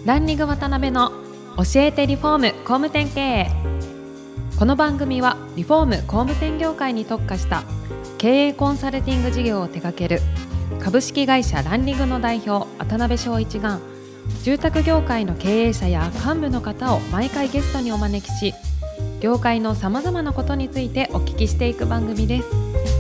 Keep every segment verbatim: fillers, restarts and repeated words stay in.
ランリング渡辺の教えてリフォーム工務店経営。この番組はリフォーム工務店業界に特化した経営コンサルティング事業を手掛ける株式会社ランリングの代表渡辺翔一が住宅業界の経営者や幹部の方を毎回ゲストにお招きし、業界のさまざまなことについてお聞きしていく番組です。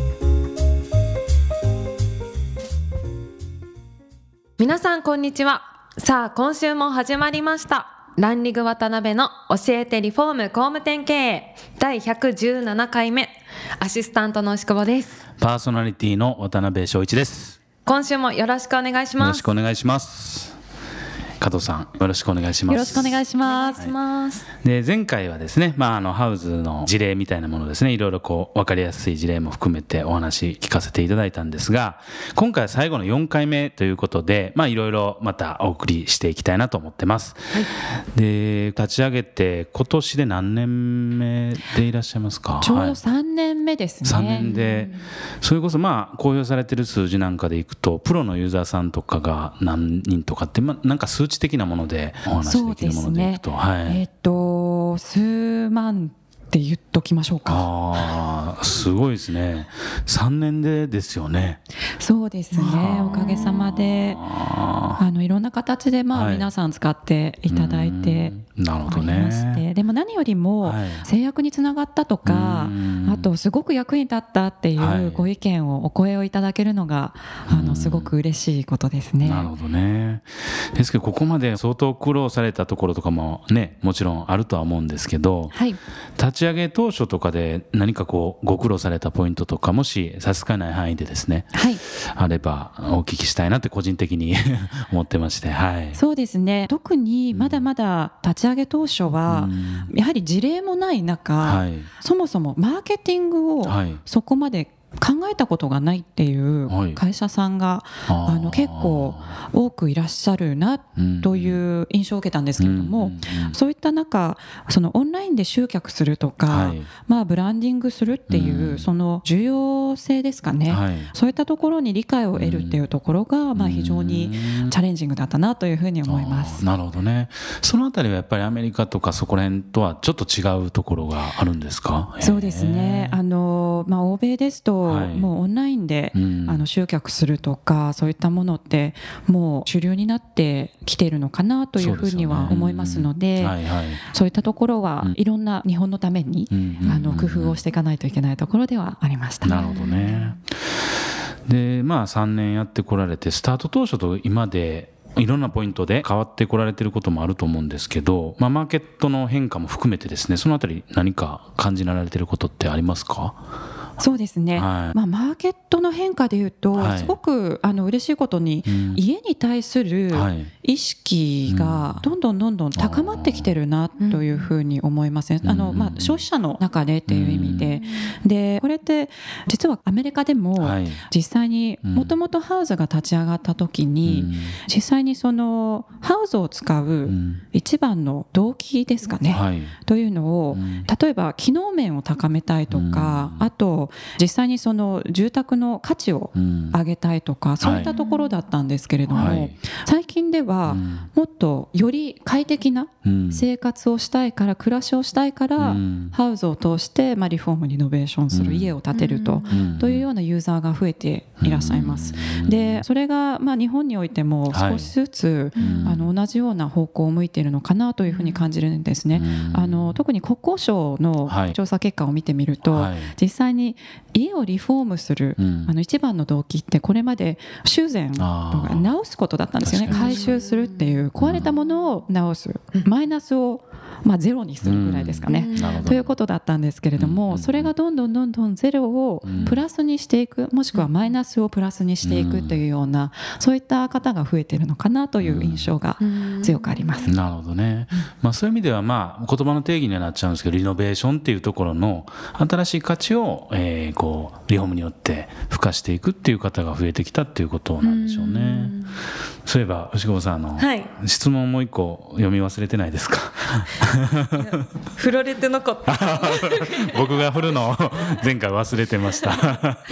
皆さんこんにちは。さあ今週も始まりましたランリング渡辺の教えてリフォーム工務店経営だいひゃくじゅうななかいめ、アシスタントの牛久保です。 パーソナリティの渡辺翔一です。 今週もよろしくお願いします。 よろしくお願いします。加藤さんよろしくお願いします。 よろしくお願いします。 はい、 で前回はですね、まあ、あのハウズの事例みたいなものですね、いろいろこう分かりやすい事例も含めてお話聞かせていただいたんですが、今回は最後のよんかいめということで、まあ、いろいろまたお送りしていきたいなと思ってます。はい、で立ち上げて今年で何年目でいらっしゃいますか？ ちょうどさんねんめですね。 さんねんで、それこそまあ公表されている数字なんかでいくとプロのユーザーさんとかが何人とかって、まあ、なんか数値的なものでお話できるものでいくと、はい、 えっと数万って言っときましょうか。 あーすごいですね。さんねんでですよね。 そうですね、おかげさまであのいろんな形で、まあ、皆さん使っていただいておりまして、はい、でも何よりも制約につながったとか、はい、あとすごく役に立ったっていうご意見をお声をいただけるのが、はい、あのすごく嬉しいことですね。 なるほどね。ですけどここまで相当苦労されたところとかもね、もちろんあるとは思うんですけど、はい、立ち上げ当初とかで何かこうご苦労されたポイントとか、もし差し支えない範囲でですね、はい、あればお聞きしたいなって個人的に思ってまして、はい、 そうですね。特にまだまだ立ち上げ当初は、うん、やはり事例もない中、はい、そもそもマーケティングをそこまで考えたことがないっていう会社さんが、はい、あの結構多くいらっしゃるなという印象を受けたんですけれども、うんうんうん、そういった中、そのオンラインで集客するとか、はい、まあ、ブランディングするっていう、うん、その重要性ですかね、はい、そういったところに理解を得るっていうところが、うん、まあ、非常にチャレンジングだったなというふうに思います。 なるほどね。そのあたりはやっぱりアメリカとかそこら辺とはちょっと違うところがあるんですか？ そうですね、あの、まあ、欧米ですとはい、もうオンラインで、うん、あの集客するとかそういったものってもう主流になってきているのかなというふうには思いますので、そうですよね。うん、はいはい、そういったところはいろんな日本のために、うん、あの工夫をしていかないといけないところではありました。 なるほどね。で、まあ、さんねんやってこられて、スタート当初と今でいろんなポイントで変わってこられていることもあると思うんですけど、まあ、マーケットの変化も含めてですね、そのあたり何か感じられていることってありますか？ そうですね、はい、まあ、マーケットの変化でいうと、はい、すごくあの嬉しいことに、うん、家に対する意識がどんどんどんどん高まってきてるなというふうに思いますね。あの、まあ、消費者の中でっていう意味で、うん、でこれって実はアメリカでも実際にもともとハウスが立ち上がった時に、うん、実際にそのハウスを使う一番の動機ですかね、はい、というのを、例えば機能面を高めたいとか、うん、あと実際にその住宅の価値を上げたいとか、うん、そういったところだったんですけれども、はい、最近ではもっとより快適な生活をしたいから、暮らしをしたいから、うん、ハウスを通してまあリフォームリノベーションする、うん、家を建てると、うん、というようなユーザーが増えていらっしゃいます。うん、でそれがまあ日本においても少しずつ、はい、あの同じような方向を向いているのかなというふうに感じるんですね。うん、あの特に国交省の調査結果を見てみると、はい、実際に家をリフォームする、うん、あの一番の動機ってこれまで修繕とか直すことだったんですよね。改修するっていう壊れたものを直す、うん、マイナスをまあゼロにするぐらいですかね、うん、ということだったんですけれども、うん、それがどんどんどんどんゼロをプラスにしていく、もしくはマイナスをプラスにしていくというような、そういった方が増えているのかなという印象が強くあります。 うん、なるほどね。まあ、そういう意味では、まあ、言葉の定義にはなっちゃうんですけど、リノベーションっていうところの新しい価値を、えー、こうリフォームによって付加していくっていう方が増えてきたっていうことなんでしょうね。うん、そういえば牛久保さん、あの、はい、質問もう一個読み忘れてないですか？ 振られてなかった。 僕が振るのを前回忘れてました。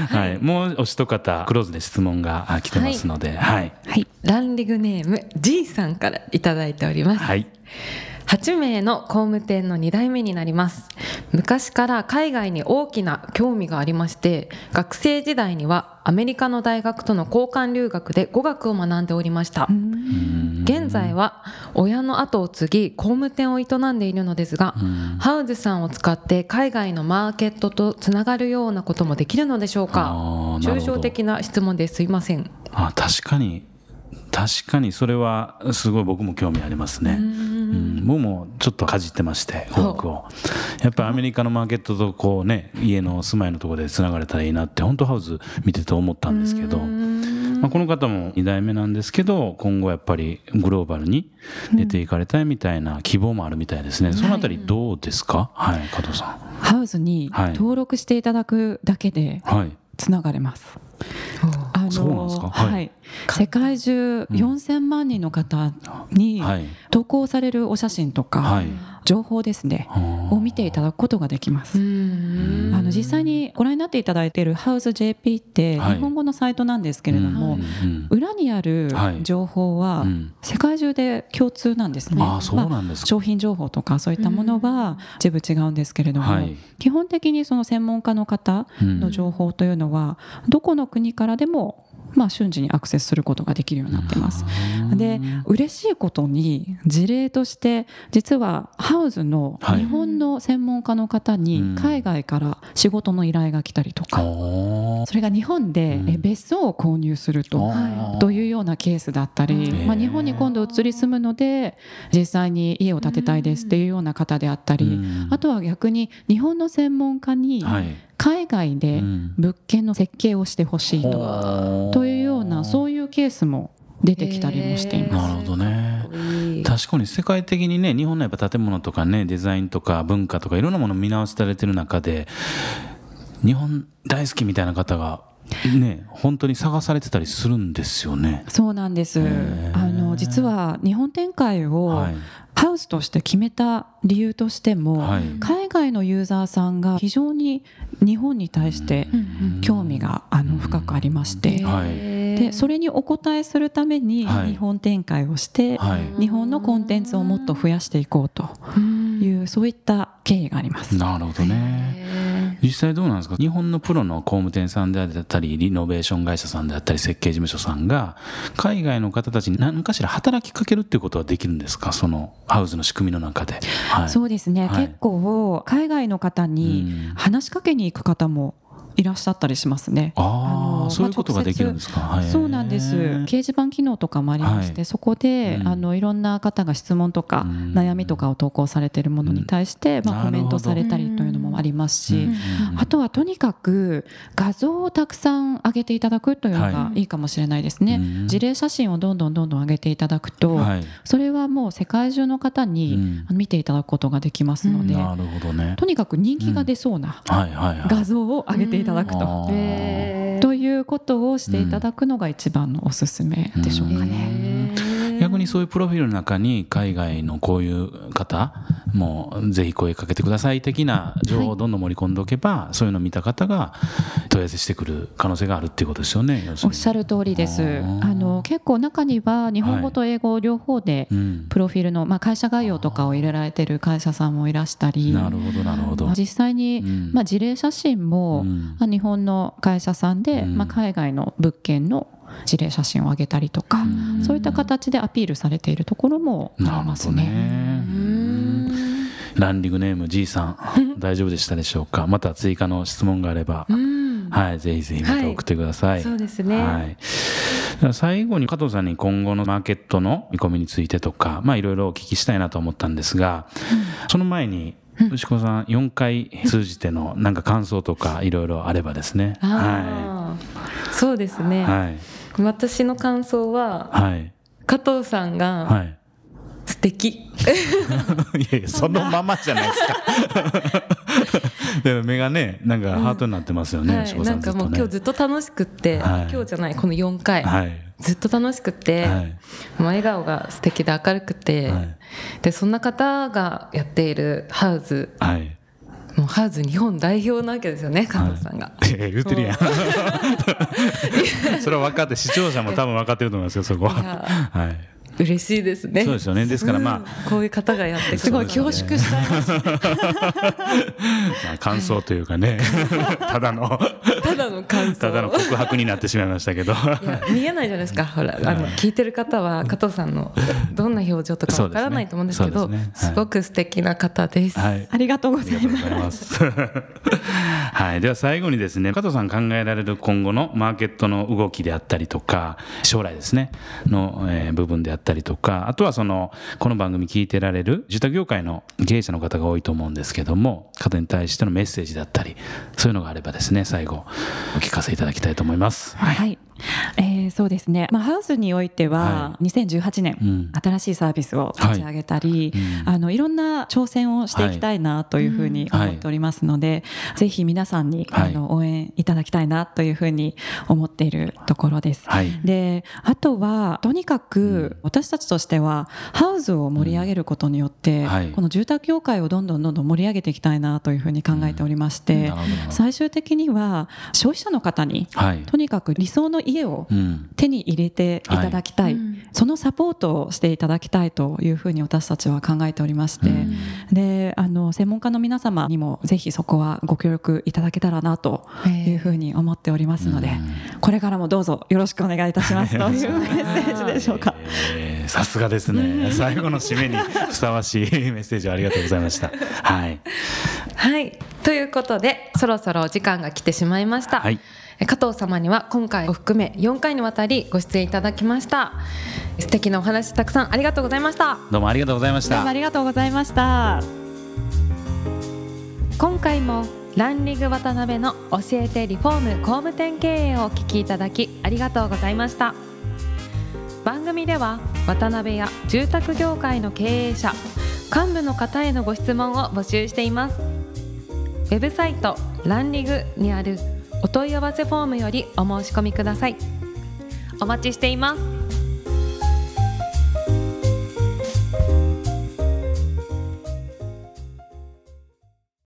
はい、もうお一方クローズで質問が来てますので、はいはいはい、ランリグネーム G さんからいただいております。 はい、 はちめいの工務店のに代目になります。昔から海外に大きな興味がありまして、学生時代にはアメリカの大学との交換留学で語学を学んでおりました。現在は親の後を継ぎ工務店を営んでいるのですが、ハウズさんを使って海外のマーケットとつながるようなこともできるのでしょうか。抽象的な質問ですいません。 あ、確かに確かにそれはすごい僕も興味ありますね。うん、僕もちょっとかじってまして語学をやっぱりアメリカのマーケットとこうね家の住まいのところでつながれたらいいなって本当ハウズ見てて思ったんですけど、まあ、この方もに代目なんですけど今後やっぱりグローバルに出ていかれたいみたいな希望もあるみたいですね、うん、そのあたりどうですか、はいはい、加藤さん。 ハウズに登録していただくだけでつながれます、はいあのそうなんですか、はいはい、世界中よんせんまんにんの方に投稿されるお写真とか、はい、情報ですねを見ていただくことができます。あの実際にご覧になっていただいている ハウズジェーピー って日本語のサイトなんですけれども、はい、裏にある情報は世界中で共通なんですね。 あ、そうなんですか。 まあ、商品情報とかそういったものは一部違うんですけれども、はい、基本的にその専門家の方の情報というのはどこの国からでもまあ瞬時にアクセスすることができるようになってます。で、嬉しいことに事例として実はハウズの日本の専門家の方に海外から仕事の依頼が来たりとか、それが日本で別荘を購入するとというようなケースだったり、まあ、日本に今度移り住むので実際に家を建てたいですっていうような方であったり、あとは逆に日本の専門家に海外で物件の設計をしてほしいと、というようなそういうケースも出てきたりもしています。 なるほどね。確かに世界的にね日本のやっぱ建物とかねデザインとか文化とかいろんなものを見直されてる中で日本大好きみたいな方がね、本当に探されてたりするんですよね。 そうなんです。あの実は日本展開をハウスとして決めた理由としても、はい、海外のユーザーさんが非常に日本に対して興味があの深くありまして、はい、でそれにお答えするために日本展開をして、はい、日本のコンテンツをもっと増やしていこうというそういった経緯があります。 なるほどね。実際どうなんですか。日本のプロの工務店さんであったりリノベーション会社さんであったり設計事務所さんが海外の方たちに何かしら働きかけるっていうことはできるんですか、そのハウスの仕組みの中で。 はい、そうですね、はい、結構海外の方に話しかけに行く方もいらっしゃったりしますね。 ああ、そういうことができるんですか。 はい、そうなんです。掲示板機能とかもありまして、はい、そこで、うん、あのいろんな方が質問とか、うん、悩みとかを投稿されているものに対して、うん、まあ、コメントされたりというのもありますし、うん、あとはとにかく画像をたくさん上げていただくというのがいいかもしれないですね。はい、事例写真をどんどんどんどん上げていただくと、はい、それはもう世界中の方に見ていただくことができますので、うん、なるほどね、とにかく人気が出そうな画像を上げていただくと、うん、ということをしていただくのが一番のおすすめでしょうかね。 逆にそういうプロフィールの中に海外のこういう方もぜひ声かけてください的な情報をどんどん盛り込んでおけば、はい、そういうのを見た方が問い合わせしてくる可能性があるっていうことですよね。 おっしゃる通りです。あの結構中には日本語と英語両方でプロフィールの、まあ、会社概要とかを入れられている会社さんもいらしたり、 なるほどなるほど、 実際に、うん、まあ、事例写真も、うん、まあ、日本の会社さんで、うん、まあ、海外の物件の事例写真を上げたりとか、うん、そういった形でアピールされているところもありますね。 ね、うん、ランリグネーム G さん大丈夫でしたでしょうか。また追加の質問があれば、うん、はい、ぜひぜひまた送ってください。はい、 そうですね、はい、 最後に加藤さんに今後のマーケットの見込みについてとか、まあ、いろいろお聞きしたいなと思ったんですが、うん、その前に牛子さんよんかい通じてのなんか感想とかいろいろあればですね。 はい、そうですね、はい、私の感想は、はい、加藤さんが素敵、はい、 いやいやそのままじゃないですかで目がねなんかハートになってますよね、うん、はい、 なんかもう今日ずっと楽しくって、はい、今日じゃないこのよんかい、はい、ずっと楽しくて、はい、もう笑顔が素敵で明るくて、はい、でそんな方がやっているハウズ、はい、 もうハウズ日本代表なわけですよね、加藤さんが。 はい、言ってるやんそれは分かって、視聴者も多分分かってると思いますよ、そこは。はい、 嬉しいですね。 そうですよね。ですからまあ、 うん、こういう方がやってすごい恐縮しちゃいます、ねまあ感想というかねただのただの感想ただの告白になってしまいましたけどいや見えないじゃないですか。ほら、あの聞いてる方は加藤さんのどんな表情とかわからないと思うんですけど、 す,、ね す, ね、はい、すごく素敵な方です、はい、 ありがとうございますはい、では最後にですね、加藤さん考えられる今後のマーケットの動きであったりとか、将来ですねの、えー、部分であったりとか、あとはそのこの番組聞いてられる住宅業界の経営者の方が多いと思うんですけども、方に対してのメッセージだったり、そういうのがあればですね、最後お聞かせいただきたいと思います。 はい、はい、えー、そうですね、まあ、ハウスにおいてはにせんじゅうはちねん、はい、うん、新しいサービスを立ち上げたり、はい、うん、あのいろんな挑戦をしていきたいなというふうに思っておりますので、はい、ぜひ皆さんに、はい、あの応援いただきたいなというふうに思っているところです、はい、であとはとにかく私たちとしてはハウスを盛り上げることによって、うん、はい、この住宅業界をどんどんどんどん盛り上げていきたいなというふうに考えておりまして、うん、最終的には消費者の方に、はい、とにかく理想の家を手に入れていただきたい、うん、はい、そのサポートをしていただきたいというふうに私たちは考えておりまして、うん、であの専門家の皆様にもぜひそこはご協力いただけたらなというふうに思っておりますので、これからもどうぞよろしくお願いいたしますというメッセージでしょうか。 さすがですね、最後の締めにふさわしいメッセージをありがとうございました。はい、はい、 ということでそろそろお時間が来てしまいました、はい、加藤様には今回を含めよんかいにわたりご出演いただきました。素敵なお話たくさんありがとうございました。 どうもありがとうございました。 どうもありがとうございました。 今回もランリング渡辺の教えてリフォーム工務店経営をお聞きいただきありがとうございました。番組では渡辺や住宅業界の経営者、幹部の方へのご質問を募集しています。ウェブサイトランリグにあるお問い合わせフォームよりお申し込みください。お待ちしています。